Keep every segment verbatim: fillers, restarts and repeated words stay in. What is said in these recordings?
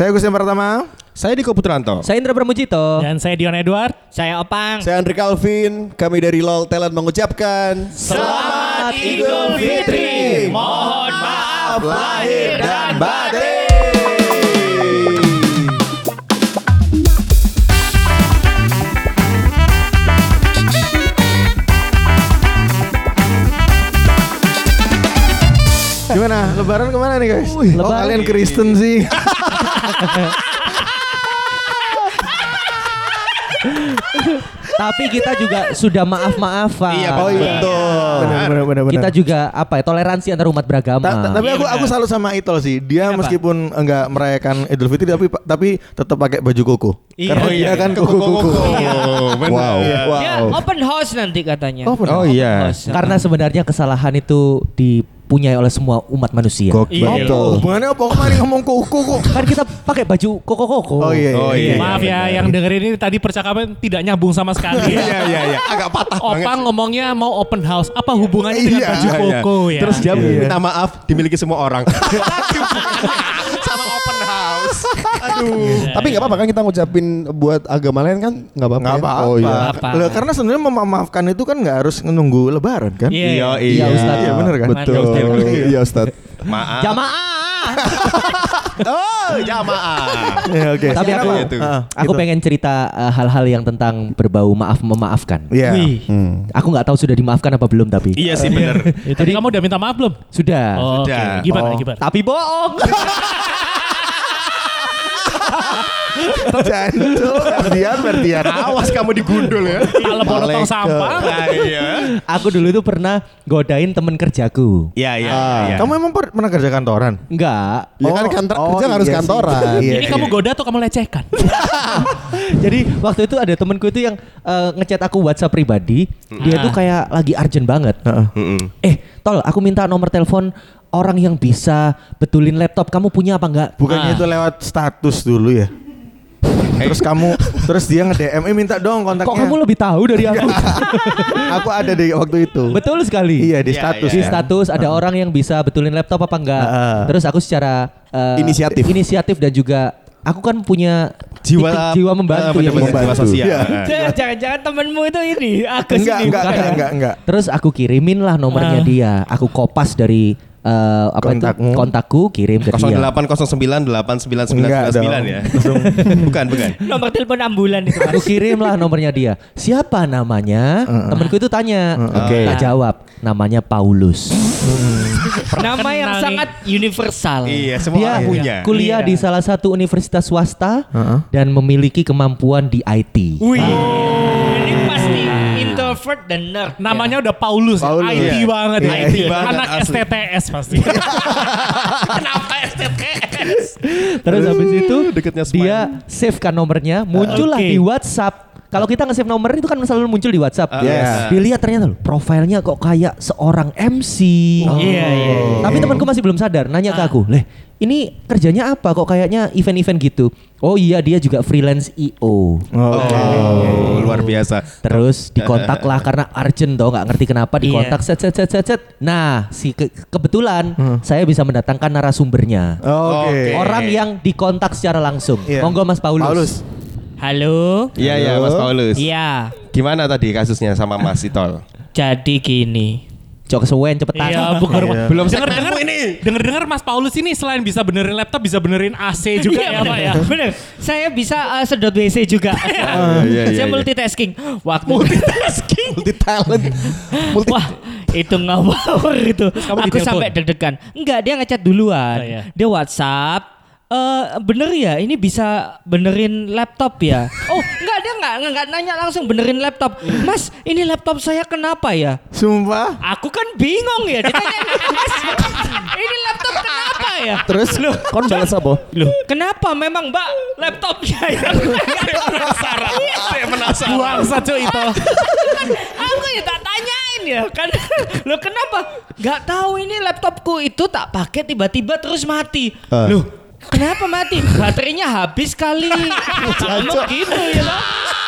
Saya Gus yang pertama. Saya Diko Putranto. Saya Indra Bramujito. Dan saya Dion Edward. Saya Opang. Saya Andri Calvin. Kami dari LOL Talent mengucapkan Selamat Idul Fitri. Mohon maaf lahir dan batin. Gimana? Lebaran kemana nih guys? Wih, oh lebaran. kalian Kristen sih. Tapi kita juga sudah maaf-maafan. Iya, Oh iya. betul. Benar benar benar. Kita juga apa ya, toleransi antar umat beragama. Ta- ta- tapi Iya, aku benar. aku salut sama Itol sih. Dia Kenapa? meskipun enggak merayakan Idul Fitri tapi tapi tetap pakai baju koko. Iya, Karena oh dia iya. kan koko-koko. Oh, benar. Wow. Dia open house nanti katanya. Oh, benar. Oh iya. House. Karena sebenarnya kesalahan itu dipunyai oleh semua umat manusia. Iya. Oh, hubungannya apa kemarin ngomong koko kok? Kan kita pakai baju koko-koko. Oh iya. Oh, iya. Maaf ya yang dengerin ini tadi percakapan tidak nyambung sama sekali. Iya iya iya. Agak patah banget. Opang ngomongnya mau open house. Apa hubungannya dengan Iya, baju Iya, iya. koko ya? Terus dia Iya. minta maaf dimiliki semua orang. Sama open house. Aduh. Tapi nggak apa-apa kan kita ngucapin buat agama lain kan nggak apa-apa. Nggak ya? apa-apa. Oh iya. Apa? Loh, karena sebenarnya memaafkan itu kan nggak harus nunggu Lebaran kan? Iya. Iya, Ustaz. Iya, bener kan? Betul. Mantap, Ustaz. Iya Ustaz. Maaf. Jamaah. Oh, jamaah. Ya, oke. Tapi aku Siapa itu? Ah, aku gitu. pengen cerita uh, hal-hal yang tentang berbau maaf memaafkan. Iya. Wih. Hmm. Aku nggak tahu sudah dimaafkan apa belum tapi. Iya sih benar. Eh, Tadi kamu udah minta maaf belum? Sudah. Oh, oke. Sudah. Gimana Oh. gimana? Tapi bohong. Jancuk, Ferdian, Ferdian. Awas kamu digundul ya. Kalau bawa tong sampah. Nah, iya. Aku dulu itu pernah godain temen kerjaku. Iya iya. Ah. iya. Kamu emang per- pernah kerja kantoran? Enggak. Ya kan kantor kerja harus iya sih. kantoran. Iya, Ini iya. kamu goda atau kamu lecehkan? Jadi waktu itu ada temenku itu yang uh, ngechat aku WhatsApp pribadi. Dia tuh kayak lagi urgent banget. Mm-mm. Eh, Tol, aku minta nomor telepon orang yang bisa betulin laptop. Kamu punya apa enggak? Bukannya Ah. itu lewat status dulu ya? Terus kamu, terus dia nge-D M, eh minta dong kontaknya. Kok kamu lebih tahu dari aku? Aku ada di waktu itu. Betul sekali. Iya di Iya, status. Di ya. status ada orang yang bisa betulin laptop apa enggak. Heeh. Terus aku secara uh, Inisiatif. inisiatif dan juga aku kan punya Jiwa tipe- jiwa membantu Ah, ya. bener-bener jiwa membantu. sosial. Iya. Ah. Jangan-jangan temenmu itu ini Agus Enggak, ini. enggak, bukan? enggak, enggak, enggak. Terus aku kirimin lah nomornya Ah. dia. Aku kopas dari uh, apa Kontakmu. itu kontakku kirim ke nol dia. delapan nol sembilan delapan sembilan sembilan Enggak sembilan dong. ya. Bukan bukan. Nomor telepon ambulan itu. Aku kirim lah nomornya dia. Siapa namanya? Temenku itu tanya. Oke. Tak jawab. Namanya Paulus. Nama yang Kenal sangat universal. Iya semua Dia orang punya. kuliah Iya. di salah satu universitas swasta Heeh. dan memiliki kemampuan di I T. Wih. Ini pasti introvert dan nerd. Namanya udah Paulus, ya. Paulus. I T Iya. banget, Iya, I T iya. banget. Anak Asli. S T T S pasti. Kenapa S T T S? Terus habis itu deketnya Smile. dia save kan nomornya, muncullah Oke. di WhatsApp. Kalau kita nge-save nomor itu kan selalu muncul di WhatsApp. Ah, Yes. Dilihat ternyata loh, profilnya kok kayak seorang M C. Oh. Iya, iya. Tapi temanku masih belum sadar, nanya ke aku, "Leh, ini kerjanya apa kok kayaknya event-event gitu?" Oh iya, dia juga freelance I O. Oke. Oh, luar biasa. Terus dikontak lah karena urgent toh, nggak ngerti kenapa dikontak set set set set set. Nah, si ke- kebetulan saya bisa mendatangkan narasumbernya. Oke. Orang yang dikontak secara langsung. Iya. Monggo Mas Paulus. Paulus. Halo. Iya iya Mas Paulus. Iya. Gimana tadi kasusnya sama Mas Itol? Jadi gini. Cok kesuwen cepetan. Iya, bukan Iya. Belum denger segmenmu dengar ini. Denger dengar Mas Paulus ini selain bisa benerin laptop bisa benerin A C juga ya Pak ya. Bener. Saya bisa uh, sedot W C juga. iya, iya, Saya iya. multitasking. Waktu Multitasking. Multi talent. Wah, itu ngawur itu. kamu Aku ditelepon? sampai deg-degan. Enggak, dia ngechat duluan. Oh, iya. Dia WhatsApp. Eh bener ya, ini bisa benerin laptop ya? Oh, enggak, dia enggak, enggak, enggak nanya langsung benerin laptop. Mas, ini laptop saya kenapa ya? Sumpah. Aku kan bingung ya. Ditanya, Mas, ini laptop kenapa ya? Terus Loh, kon balas apa? Loh, kenapa memang Mbak laptopnya yang penasaran? Saya penasaran. Buang saja itu. Aku ya tak tanyain ya kan. Loh kenapa? Gak tahu ini laptopku itu tak pakai tiba-tiba terus mati. Ah. Loh kenapa mati? Baterainya habis kali. Kamu gitu ya.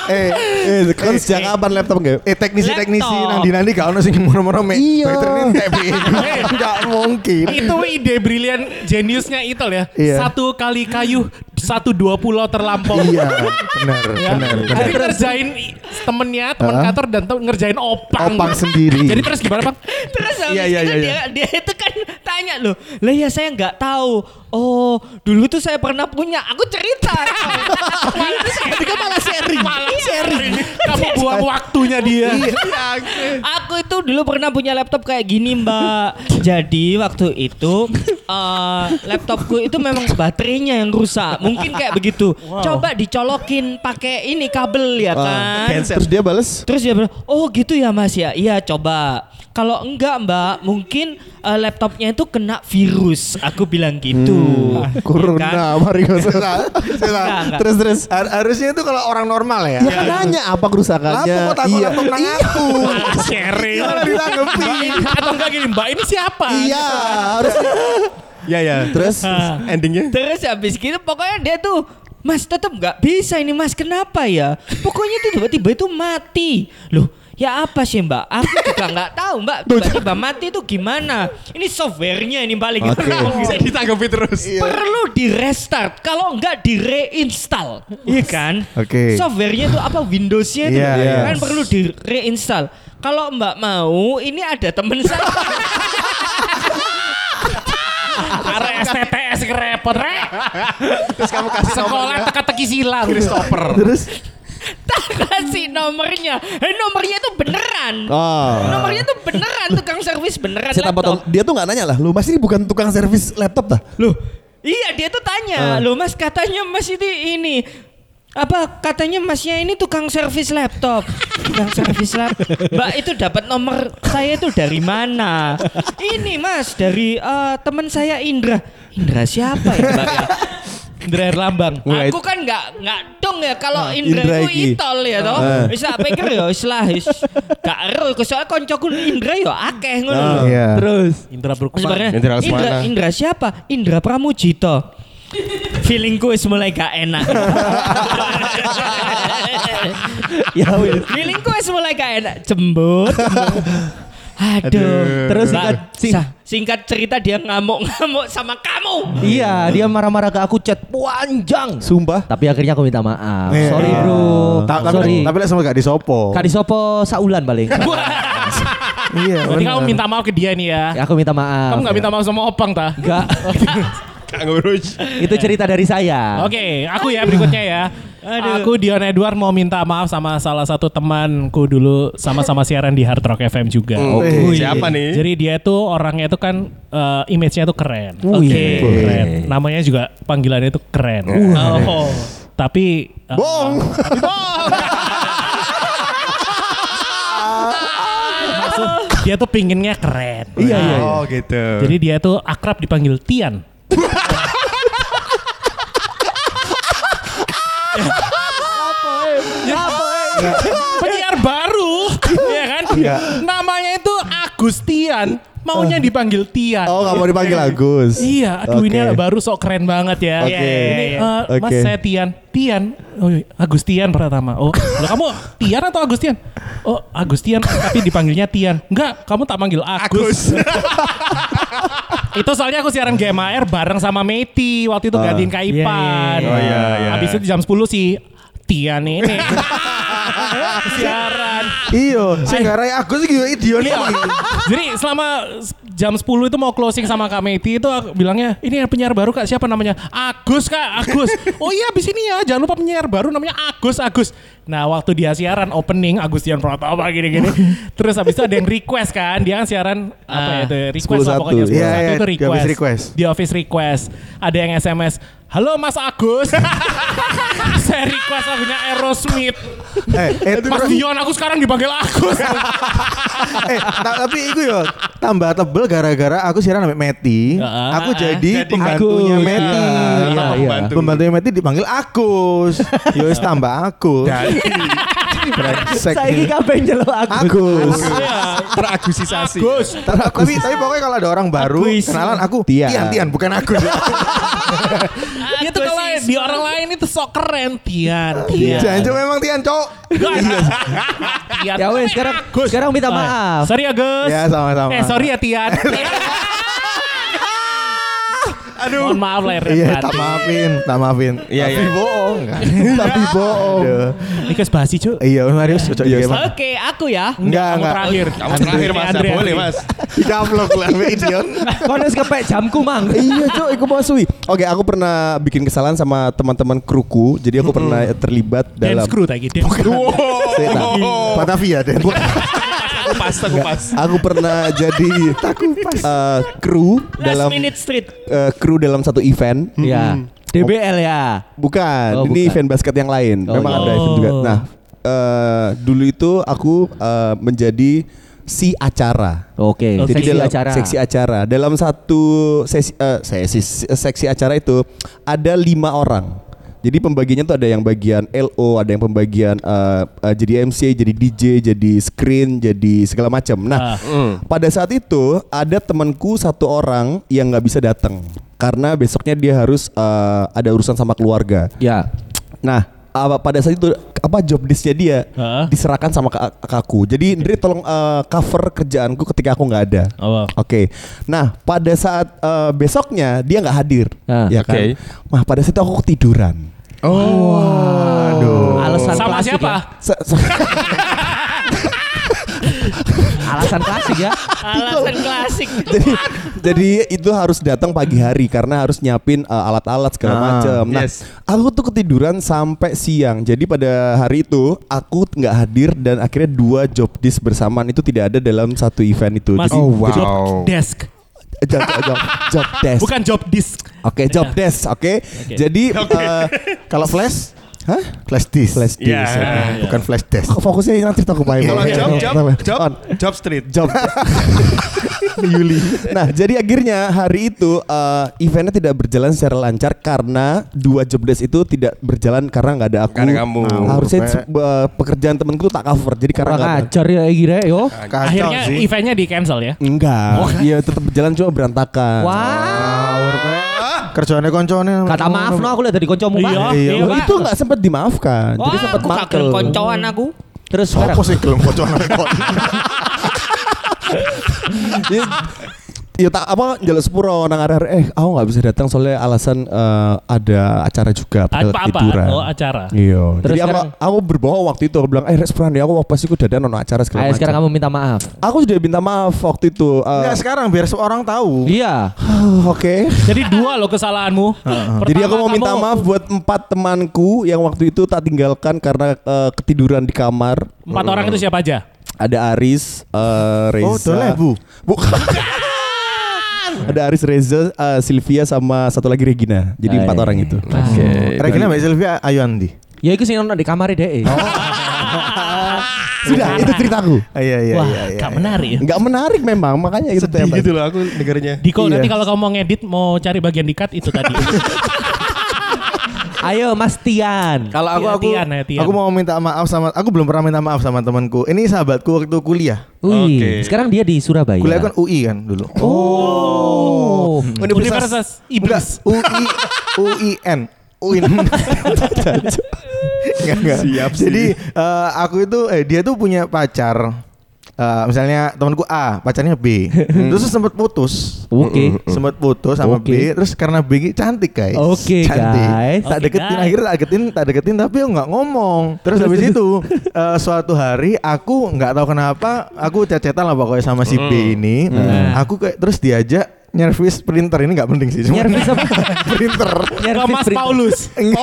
Eh, eh, kan sejak kapan laptop nggak? Eh teknisi-teknisi Laptop. nang di nanti kalau sing moro-moro me. Iya. Baterainya entek piye. Enggak mungkin. Itu ide brilian jeniusnya Itol ya. Iya. Satu kali kayu, satu dua pulau terlampau. Iya, benar, Ya. benar, benar. Jadi ngerjain i- temennya, temen Hah? kantor dan tem- ngerjain opang. Opang sendiri. Jadi terus gimana Bang? Terus habis Iya, iya, itu iya, dia, dia itu kan tanya loh, lah ya saya nggak tahu. Oh, dulu tuh saya pernah punya. Aku cerita. Tapi kan malah sharing. Malah sharing. Kamu buang waktunya dia. Aku itu dulu pernah punya laptop kayak gini Mbak. Jadi waktu itu uh, laptopku itu memang baterainya yang rusak. Mungkin kayak begitu. Coba dicolokin pakai ini kabel ya kan. Terus dia bales. Terus dia bilang, oh gitu ya Mas ya. Iya coba. Kalau enggak Mbak, mungkin uh, laptopnya itu kena virus. Aku bilang gitu. Ya kan? Corona, mari kau Salah, salah. Enggak, enggak. Terus terus. Har- Harusnya itu kalau orang normal ya. Ya kan nanya apa kerusakannya? Apa kok takut laptop nang aku? Sharing. Malah ditanggepi. Atau enggak gini, Mbak ini siapa? Iya, harus. Ya ya. Terus Endingnya? Terus habis gitu pokoknya dia tuh, Mas tetap nggak bisa ini Mas, kenapa ya? Pokoknya tuh tiba-tiba itu mati. Loh, ya apa sih Mbak? Aku juga nggak tahu Mbak. Tiba-tiba mati itu gimana? Ini softwarenya ini balik. Oke. Bisa ditanggapi terus. Perlu di restart, kalau nggak di reinstall, iya kan? Oke. Softwarenya itu apa Windowsnya itu Iya, iya. kan perlu di reinstall. Kalau Mbak mau, ini ada temen saya. Are S T T S repot rek. Terus kamu kasih Sekolah teka-teki silang. Christopher. Terus Tak kasih nomornya. Eh nomornya itu beneran. Oh. Nomornya tuh beneran tukang servis beneran Saya tambah laptop. tahu, dia tuh nggak nanya lah, lu Mas ini bukan tukang servis laptop dah? Loh, iya dia tuh tanya. Loh Mas katanya Mas ini ini apa katanya Masnya ini tukang servis laptop. Tukang servis laptop. Mbak itu dapat nomor saya itu dari mana? Ini Mas dari eh, teman saya Indra. Indra siapa ya Mbak? ya? Indra Herlambang. Aku kan nggak nggak dong ya kalau Indra, Indra itu iki. Itol ya toh. Wis tak pikir ya wis lah wis gak ero soalnya koncoku Indra ya akeh ngono lho. Iya. Terus Indra Brukman. Sebenarnya Indra Indra, Lesmana. Indra siapa? Indra Pramujito. Feelingku wis mulai gak enak. ya wis. Feelingku wis mulai gak enak. Jembut. jembut. Aduh. Terus Mbak, singkat sing- sa- singkat cerita dia ngamuk-ngamuk sama kamu. Iya, dia marah-marah ke aku chat panjang. Sumpah. Tapi akhirnya aku minta maaf. Iya. Sorry bro. Ta- tapi Sorry. tapi lek sama gak disopo. Kak disopo saulan paling. Iya. Berarti benar. kamu minta maaf ke dia nih ya. Ya, aku minta maaf. Kamu gak minta maaf sama Opang ta? Enggak. Gak ngurus. Itu cerita dari saya. Oke, aku ya berikutnya ya. Aku Dion Edward mau minta maaf sama salah satu temanku dulu sama-sama siaran di Hard Rock F M juga. Oke. Siapa nih? Jadi dia tuh orangnya itu kan eh, image-nya tuh keren. Oh, Oke, iya. keren. Namanya juga panggilannya tuh keren. Oh. Tapi eh, Bong. maksud dia tuh pinginnya keren. Iya, iya, iya. Oh gitu. Jadi dia tuh akrab dipanggil Tian. Penyiar baru, ya kan? Namanya itu Agustian, maunya dipanggil Tian. Oh nggak mau dipanggil Agus. Iya, aduh ini Oke. baru sok keren banget ya. Oke. Ini, eh, Mas Oke. saya Tian. Tian, oh, Agustian pertama. Oh, lah kamu Tian atau Agustian? Oh, Agustian, tapi dipanggilnya Tian. Enggak, kamu tak panggil Agus. Itu soalnya aku siaran G M A R bareng sama Meti waktu itu gantiin Kaipan. Iya, iya, iya. Oh, iya, iya. Habis itu jam sepuluh sih Tian ini siaran. Iyo, sing garai aku sih gitu idiot nih. Jadi selama jam sepuluh itu mau closing sama Kak Meti itu aku bilangnya, ini yang penyiar baru Kak, siapa namanya? Agus Kak, Agus. Oh iya abis ini ya, jangan lupa penyiar baru namanya Agus, Agus. Nah waktu dia siaran opening Agustian Pratama gini-gini. Terus habis itu ada yang request kan, dia kan siaran apa ya itu request lah pokoknya sepuluh Iya, satu iya, itu di request. office request. Di office request. Ada yang S M S, halo Mas Agus. Saya request lagunya Aerosmith. Eh, eh, Mas terus- Dion aku sekarang dipanggil Agus. eh, ta- tapi itu yo tambah tebel gara-gara aku siaran sama Meti. Ah, Aku ah, jadi jadi pembantunya Agus. Meti. Iya, iya, iya. Pembantu. Pembantunya Meti dipanggil Agus. Yo wis tambah Agus. Jadi Brengsek. Saiki kabeh njeluk Agus. Agus. Teragusisasi. Agus. Tapi tapi pokoknya kalau ada orang baru Agus. kenalan aku Tian. Tian Tian bukan Agus. Dia tuh kalau di orang lain itu sok keren. Tian, Tian. Jangan memang Tian, Cok. Tian. Ya wes sekarang sekarang minta maaf. Sorry ya Gus. Ya, sama-sama. Eh sorry ya Tian. Aduh. Mohon maaf lahir dan Iya, batin. tak maafin, tak maafin. Iya, Tapi iya. bohong. Tapi bohong. Ini kes basi cu. Iya, Marius cocok Iya, juga. Oke, aku ya. Enggak, Kamu enggak. terakhir. Kamu terakhir mas, Andre, ya, boleh Andre. mas. Digablok lah, idiot. Kono wis kepek jamku mang. Iya cok, aku mau suwi. Oke, aku pernah bikin kesalahan sama teman-teman kruku. Jadi aku pernah terlibat dalam. Dance crew tadi. Dance crew. Saya tak- Batavia deh. Pas, aku pas. Aku pernah jadi eh, kru Last dalam minute street. eh, kru dalam satu event. Ya. D B L ya. Bukan, Oh, ini bukan. event basket yang lain. Oh, Memang iya. ada event juga. Nah, eh, dulu itu aku eh, menjadi si acara. Oke, Oh, jadi Jadi dalam acara. seksi acara. Dalam satu sesi, eh, sesi seksi acara itu ada lima orang. Jadi pembagiannya tuh ada yang bagian L O, ada yang pembagian eh, eh, jadi M C, jadi D J, jadi screen, jadi segala macam. Nah, pada saat itu ada temanku satu orang yang nggak bisa datang karena besoknya dia harus eh, ada urusan sama keluarga. Ya. Nah, apa pada saat itu apa job desk-nya dia Hah? diserahkan sama ke, ke aku. Jadi Ndri tolong eh, cover kerjaanku ketika aku nggak ada. Oh. Oke. Nah, pada saat eh, besoknya dia nggak hadir, Ah, ya kan? oke. Nah, pada saat itu aku ketiduran. Aduh. Alasan Sama klasik siapa? ya. Se- se- Alasan klasik ya. Alasan klasik. jadi, jadi itu harus datang pagi hari karena harus nyiapin eh, alat-alat segala Ah, macam. Nah, yes. aku tuh ketiduran sampai siang. Jadi pada hari itu aku nggak hadir dan akhirnya dua job desk bersamaan itu tidak ada dalam satu event itu. Mas, Jadi Oh, wow. job desk. job, job, job desk. Bukan job disk. Oke, job desk. Oke. Jadi eh, Kalau flash, hah? flash disk. Flash disk. Iya. oke. Bukan flash disk. Fokusnya nanti aku main. Kalau job, job, job, On. job street. Job. Yuli. Nah, jadi akhirnya hari itu eh, eventnya tidak berjalan secara lancar karena dua job desk itu tidak berjalan karena nggak ada aku. Karena kamu. Harusnya Rupanya. se- eh, pekerjaan temenku tuh tak cover. Jadi karena Kurang nggak ada. ajar ya kira yo. Kacau Akhirnya sih. eventnya di cancel ya. Enggak. Iya tetap berjalan cuma berantakan. Wah. Kerjaannya koncone. Kata maaf no aku lihat dari koncomu Pak. Iya, Iya, iya, Oh, Pak. itu nggak sempat dimaafkan. Jadi Wah, sempat aku makel. kagel koncoan aku. Terus sekarang Apa sih gelem koncone kok? Ya, ya tak apa jaluk sepuro nang arek eh aku nggak bisa datang soalnya alasan eh, ada acara juga padahal Apa-apa? tiduran. Oh, acara. Iya. Terus Jadi aku, sekarang- aku berbohong waktu itu aku bilang eh restoran deh aku pasti aku dadan ono acara segala Ayo macam. sekarang kamu minta maaf. Aku sudah minta maaf waktu itu. eh, Enggak sekarang biar semua orang tahu. Iya. Oke. Jadi dua loh kesalahanmu. Pertama, Jadi aku mau minta kamu- maaf buat empat temanku yang waktu itu tak tinggalkan karena eh, ketiduran di kamar. Empat orang itu siapa aja? Ada Aris, eh, Reza. Oh, Dolebu. Bukan. Ada Aris, Reza, eh, Sylvia sama satu lagi Regina. Jadi Hai. empat orang itu. Oke. Regina Mbak Sylvia Ayu Andi. Ya itu sih nonton di kamar deh. Sudah, itu ceritaku. Iya iya Wah, iya. iya. gak menarik. Enggak menarik memang, makanya itu Sedih tema. gitu loh aku dengernya. Diko Iya. nanti kalau kamu mau ngedit mau cari bagian di cut itu tadi. Ayo Mas Tian. Kalau aku Iya, aku Tian, ya, Tian. aku mau minta maaf sama aku belum pernah minta maaf sama temanku. Ini sahabatku waktu kuliah. Wih, Oke. sekarang dia di Surabaya. Kuliah kan U I kan dulu. Oh. Universitas Iblis. U I U I N. U I N. Enggak enggak. Siap sih. Jadi eh, aku itu eh dia tuh punya pacar. Eh, misalnya temanku A, pacarnya B. Terus sempat putus. Oke. Sempat putus sama Oke. B, terus karena B cantik guys. Oke, Cantik. guys. Tak Oke, deketin guys. akhirnya tak deketin, tak deketin tapi aku nggak ngomong. Terus habis itu eh, suatu hari aku nggak tahu kenapa aku cecetan lah pokoknya sama si B ini. Aku kayak terus diajak nyervis printer ini nggak penting sih. Cuma Nyervis apa? printer. Ke Nyervis Mas printer. Paulus.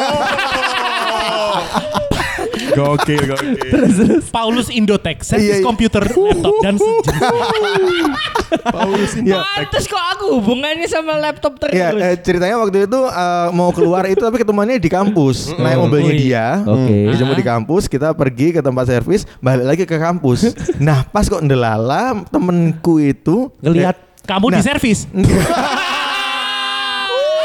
Gokil, gokil. Paulus Indotech, Iya, servis iya. komputer, laptop dan sejenis. Paulus ini. Ya. Pantes kok aku hubungannya sama laptop terus. Ya, eh, ceritanya waktu itu eh, mau keluar itu tapi ketemuannya di kampus. Naik mobilnya Wih. dia. Oke. Dijemput di kampus, kita pergi ke tempat servis, balik lagi ke kampus. Nah, pas kok ndelala temenku itu Ngelihat Kamu Nah. di servis.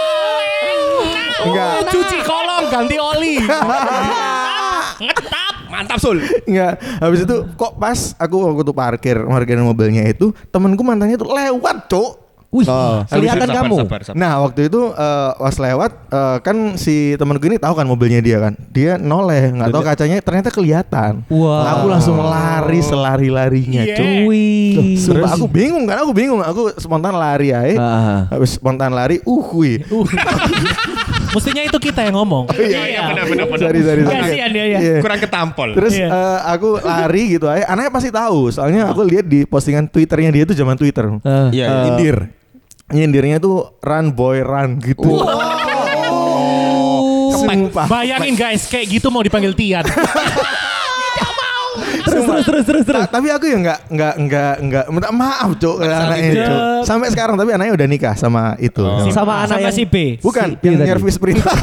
enggak. Cuci kolong, ganti oli. Ngetap. Mantap Sul. Enggak, habis itu kok pas aku waktu tuh parkir parkir mobilnya itu temanku mantannya tuh lewat, Cuk. Wih, Oh. kelihatan Sabar, kamu. sabar, sabar. Nah waktu itu eh, pas lewat eh, kan si temanku ini tahu kan mobilnya dia kan, dia noleh nggak tahu kacanya ternyata kelihatan. Wah. Aku langsung lari selari-larinya, Yeah. Cuk. Wih. Sumpah aku bingung kan, aku bingung, aku spontan lari aja. Ah. Habis spontan lari, uh, wih. Mestinya itu kita yang ngomong. Iya, benar benar benar. Sorry, sorry, sorry. Kasihan dia ya. Iya. Kurang ketampol. Terus Iya. eh, aku lari gitu aja, anaknya pasti tahu. Soalnya aku lihat di postingan Twitternya dia tuh zaman Twitter. Ah. Iya, Eh, nyindir. Nyindirnya tuh run boy run gitu. Sumpah. Bayangin guys, kayak gitu mau dipanggil Tian. Terus terus terus terus terus. Ta- tapi aku ya nggak nggak nggak nggak minta maaf Cuk ke anaknya gitu. Cuk. Sampai sekarang tapi anaknya udah nikah sama itu. Oh. Si- Sama anak Sama yang si B. Bukan si- yang tadi. nyervis perintah.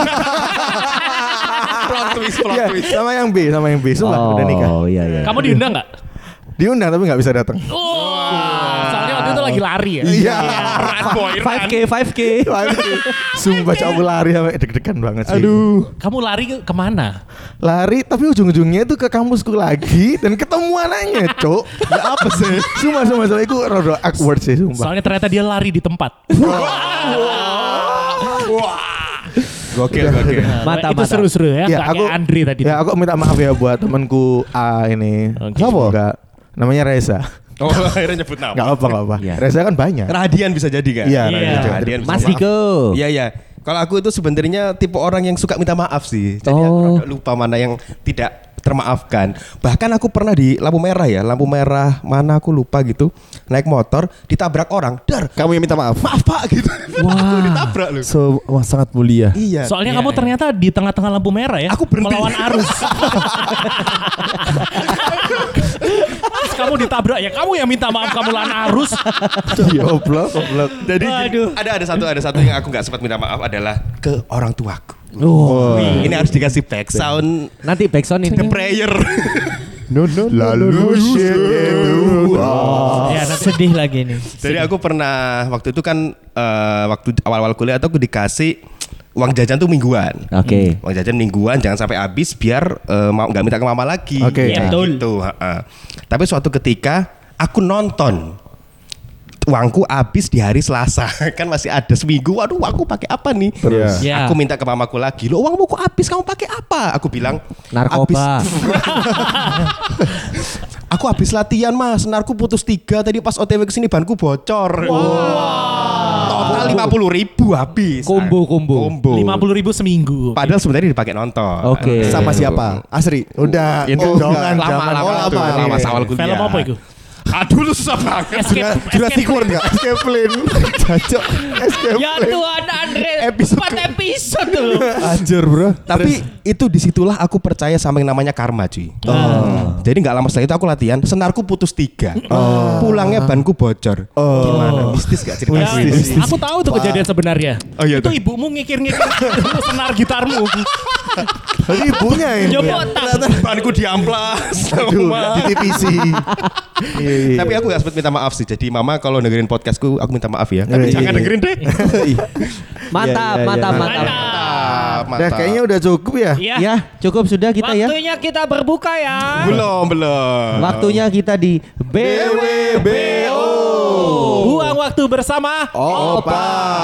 Plot twist, plot Iya, twist. sama yang B, sama yang B. Sumpah udah nikah. Oh iya iya. Kamu diundang nggak? Diundang tapi nggak bisa datang. Oh, soalnya waktu itu lagi lari ya. Iya. Run boy, lima K lima K. Sumpah Cuk, aku lari sampai deg-degan banget sih. Aduh. Kamu lari ke- kemana? Lari tapi ujung-ujungnya itu ke kampusku lagi dan ketemu anaknya, Cuk. Ya apa sih? Sumpah sumpah sumpah itu rada awkward sih sumpah. Soalnya ternyata dia lari di tempat. Gokil, gokil. Mantap, Itu mantap. seru-seru ya. Ya, Nggak aku kayak Andri tadi. Ya aku minta maaf ya buat temanku A ini. Oke. Semoga namanya Reza. Oh, akhirnya nyebut nama. Gak apa gak apa. Iya. Reza kan banyak. Radian bisa jadi kan? Iya, Iya. Reza. Radian bisa Mas maaf. Diko. Iya, iya. Kalau aku itu sebenarnya tipe orang yang suka minta maaf sih. Jadi Oh. aku rada lupa mana yang tidak termaafkan. Bahkan aku pernah di lampu merah ya, lampu merah mana aku lupa gitu. Naik motor, ditabrak orang. Dar, Kamu yang minta maaf. maaf Pak gitu. Wah, ditabrak lu. So, wah, sangat mulia. Iya. Soalnya Iya, kamu iya. ternyata di tengah-tengah lampu merah ya. Aku berhenti. Melawan arus. Terus kamu ditabrak ya. Kamu yang minta maaf kamu lawan arus. Goblok, goblok. Jadi Aduh. ada ada satu ada satu yang aku nggak sempat minta maaf adalah ke orang tuaku. Oh. Ini harus dikasih back sound Nanti backsound the ini. prayer. No, no, Lalu shit itu. Ya, nanti sedih lagi nih. Jadi aku pernah waktu itu kan eh, waktu awal-awal kuliah tuh aku dikasih uang jajan tuh mingguan. Oke. Uang jajan mingguan jangan sampai habis biar eh, mau nggak minta ke mama lagi. Oke. Iya, Kayak betul. gitu, ha-ha. Tapi suatu ketika aku nonton uangku habis di hari Selasa. Kan masih ada seminggu. Waduh, aku pakai apa nih? Terus. Ya. Aku minta ke mamaku lagi. Lo uangmu kok habis? Kamu pakai apa? Aku bilang Narkoba. "Habis." Aku habis latihan mas, narku putus tiga tadi pas O T W kesini banku bocor. Total lima puluh ribu habis. Combo, combo. Combo. lima puluh ribu seminggu. Padahal sebenarnya dipakai nonton. Oke. Sama siapa? Asri. Udah, Itu oh, jangan, lama, jangan. lama, Oh, lama, lama. lama, Oke. awal kuliah. Film apa itu? Aduh lu susah banget. Escape, Jurassic escape World enggak? Escape plan. Cocok. Escape Ya plan. Tuhan Andre, Episode empat episode tuh. Anjir, Bro. Tapi itu disitulah aku percaya sama yang namanya karma cuy. Jadi nggak lama setelah itu aku latihan, senarku putus tiga. Pulangnya banku bocor. Gimana? Mistis gak cerita? Ya, Mistis. aku tahu tuh kejadian sebenarnya. Oh, iya itu tuh. ibumu ngikir-ngikir senar gitarmu. Tadi ibunya ini. Coba tak. Banku diamplas. Aduh, di T V C. Iya, iya. Tapi aku gak sempat minta maaf sih. Jadi mama kalau dengerin podcastku, aku minta maaf ya. Tapi Iya, jangan iya. dengerin deh. Mantap, Iya, iya, mantap, iya. mantap. Mantap, Dah mantap. kayaknya udah cukup ya. Ya. Ya, cukup sudah kita ya. Waktunya kita berbuka ya. belum, belum. Waktunya kita di B W B O. Buang waktu bersama. Opa.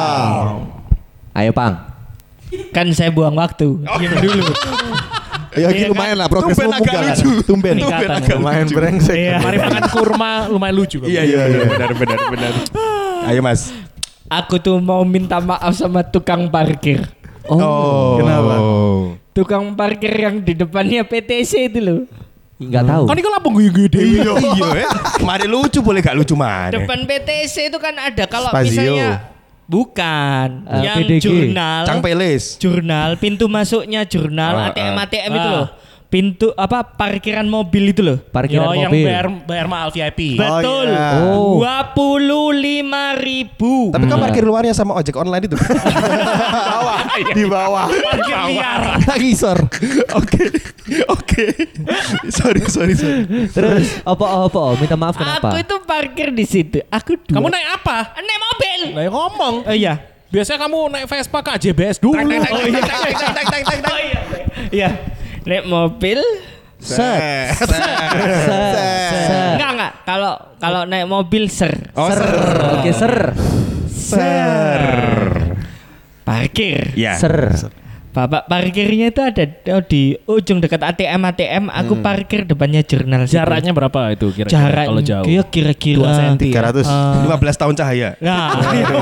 Ayo, Pang. Kan saya buang waktu. Diam dulu. Ya, Iya, gitu lumayan lah. Progresmu Tumben agak buka kan. lucu. Tumben. Tumben Peningkatan. agak Lumayan lucu. brengsek. Iya. Mari makan kurma lumayan lucu. Iya, iya, iya. Benar, benar, benar. Ayo mas. Aku tuh mau minta maaf sama tukang parkir. Oh, Kenapa? Tukang parkir yang di depannya P T C itu loh. enggak tahu. Kan itu lampung guyu-guyu dewi. Iya, eh. Mari lucu boleh gak lucu mana? Depan P T C itu kan ada kalau Spazio. misalnya bukan Eh, yang P D G. jurnal. Cang Pelis. Jurnal pintu masuknya Ah, jurnal A T M ah. A T M itu Ah. loh. Pintu apa parkiran mobil itu loh. Parkiran Yo yang mobil. bayar bayar mahal V I P. Betul. iya. Oh. dua puluh lima ribu. Tapi kan parkir luarnya sama ojek online itu. Bawah, di bawah. Parkir liar. Ngisor. Oke, oke. Sorry, sorry, sorry. Terus apa apa? Minta maaf kenapa? Aku itu parkir di situ. Aku dua. Kamu naik apa? naik mobil. Lah ya ngomong. Oh iya. Biasanya kamu naik Vespa ke J B S dulu. Oh iya. Iya. Naik mobil. Set. Set. Enggak enggak. Kalau kalau naik mobil ser. Oh, Ser. Oke, ser. Ser. Parkir. Ya. Ser. Bapak parkirnya itu ada oh, di ujung dekat A T M A T M. Aku parkir depannya jurnal. situ. Jaraknya berapa itu kira-kira Jarak kalau jauh? ya kira-kira Dua senti. tiga ratus. Eh, lima belas tahun cahaya. Nah,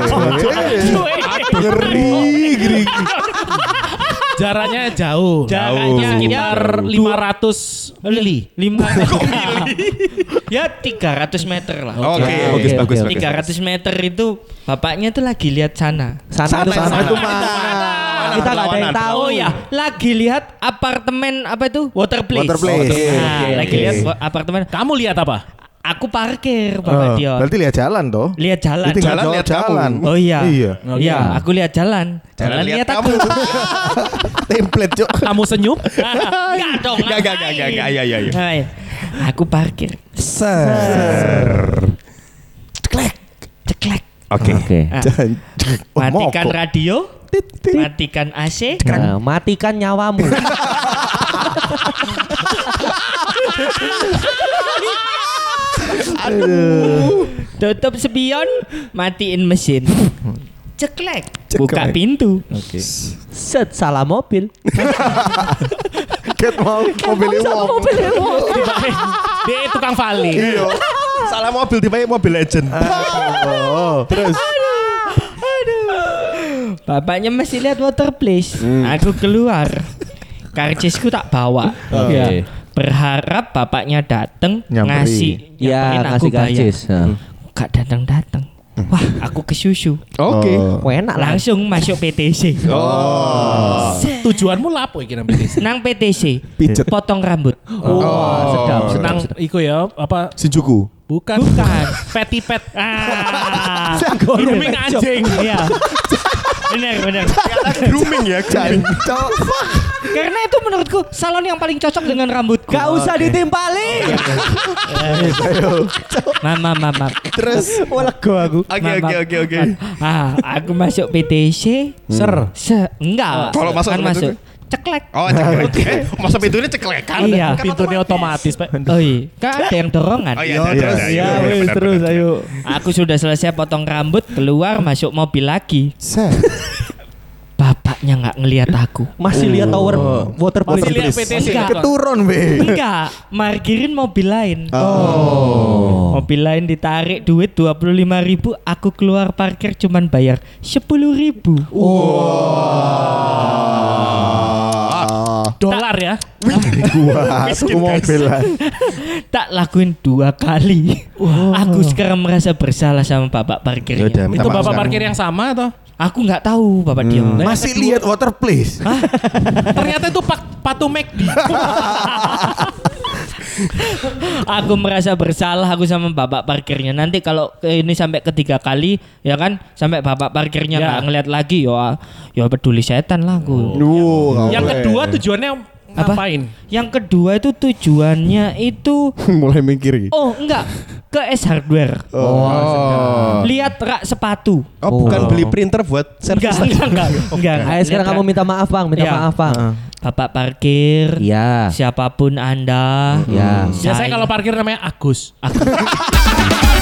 Ngeri, ngeri. Jaraknya jauh. Jaraknya sekitar lima ratus mili. lima ya tiga ratus meter lah. Oke, Oke, bagus oke, bagus oke. bagus. tiga ratus meter itu bapaknya tuh lagi lihat sana. Sana, itu Sana mana? itu mana? Kita nggak ada yang tahu. Oh ya, lagi lihat apartemen apa itu? Water Place. Water Place. Oke. Nah, Oke, lagi oke. lihat wa- apartemen. Kamu lihat apa? Aku parkir, Bapak Oh, Dion. berarti lihat jalan toh? Lihat jalan. Itu tinggal Jalan jawab lihat kamu. jalan. Oh iya. Iya. Iya, aku lihat jalan. Jalan, Jalan lihat lihat aku. Template, Cok. Kamu senyum? Enggak dong. Enggak enggak enggak enggak enggak. Iya iya iya. Hai. Aku parkir. Ser. Ceklek. Ceklek. Oke. Oke. Ah, Dan- Oh, matikan mogok. radio. Matikan A C. Nah, matikan nyawamu. Tutup spion, matiin mesin. Ceklek. Buka pintu. Set, salah mobil. Ket mau mobil wong. Dia tukang vali. Iya. Salah mobil tiba-tiba mobil legend. Oh, terus Bapaknya masih lihat Water Place. Aku keluar. Karcisku tak bawa. Oke. Berharap bapaknya dateng Nyamperin. ngasih Ya, nyamperin aku ngasih bayar. karcis. Nah. Gak datang-datang. Wah, aku kesusu. Oke. Oh. Enak lah. Langsung masuk P T C. Oh. Tujuanmu lapo iki nang P T C? Nang P T C. Pijet. Potong rambut. Wah, sedap, sedap, Senang sedap. iku ya apa Shinjuku. bukan Bukan. petty pet. Ah. Grooming anjing. Iya. Benar, benar. Grooming ya, grooming. Karena itu menurutku salon yang paling cocok dengan rambutku. Gak usah ditimpali. Mama, mama. Terus Lego aku. Oke oke oke oke. Ah, aku masuk P T C. Ser. Se enggak. Kalau masuk kan pintu masuk. itu? Ceklek. Oh, ceklek. Eh, masa pintunya ceklekan? Iya. Kan Pintunya otomatis, Pak. Oh iya, kan ada yang dorongan. Oh iya, Iya, terus. iya, Iya, wes, benar, terus benar. ayo. Aku sudah selesai potong rambut, keluar masuk mobil lagi. set. Bapaknya nggak ngelihat aku. Masih lihat tower water Masih police. lihat P T C. Enggak. Keturun, Be. Enggak, markirin mobil lain. Oh. Mobil lain ditarik duit dua puluh lima ribu, aku keluar parkir cuman bayar sepuluh ribu. Dolar ya. Gua aku mobil lah. Tak lakuin dua kali. Aku sekarang merasa bersalah sama bapak parkirnya. Yaudah, minta Itu maaf bapak sekarang. parkir yang sama atau? Aku nggak tahu bapak dia. Masih lihat Water Place. Ternyata itu pak Patu McD. Aku merasa bersalah aku sama bapak parkirnya. Nanti kalau ini sampai ketiga kali, ya kan, sampai bapak parkirnya Ya. nggak ngeliat lagi, ya, ya peduli setan lah aku. Duh, Yang kedua tujuannya Apa? ngapain? Yang kedua itu tujuannya itu, mulai mikir. oh enggak, ke S Hardware. Oh. Lihat rak sepatu. Oh, bukan beli printer buat Enggak, servis. enggak, enggak, enggak. Ayo sekarang kamu minta maaf bang, minta Ya. maaf bang. Bapak parkir, Iya. siapapun Anda. Iya. Biasanya Saya- kalau parkir namanya Agus. Aku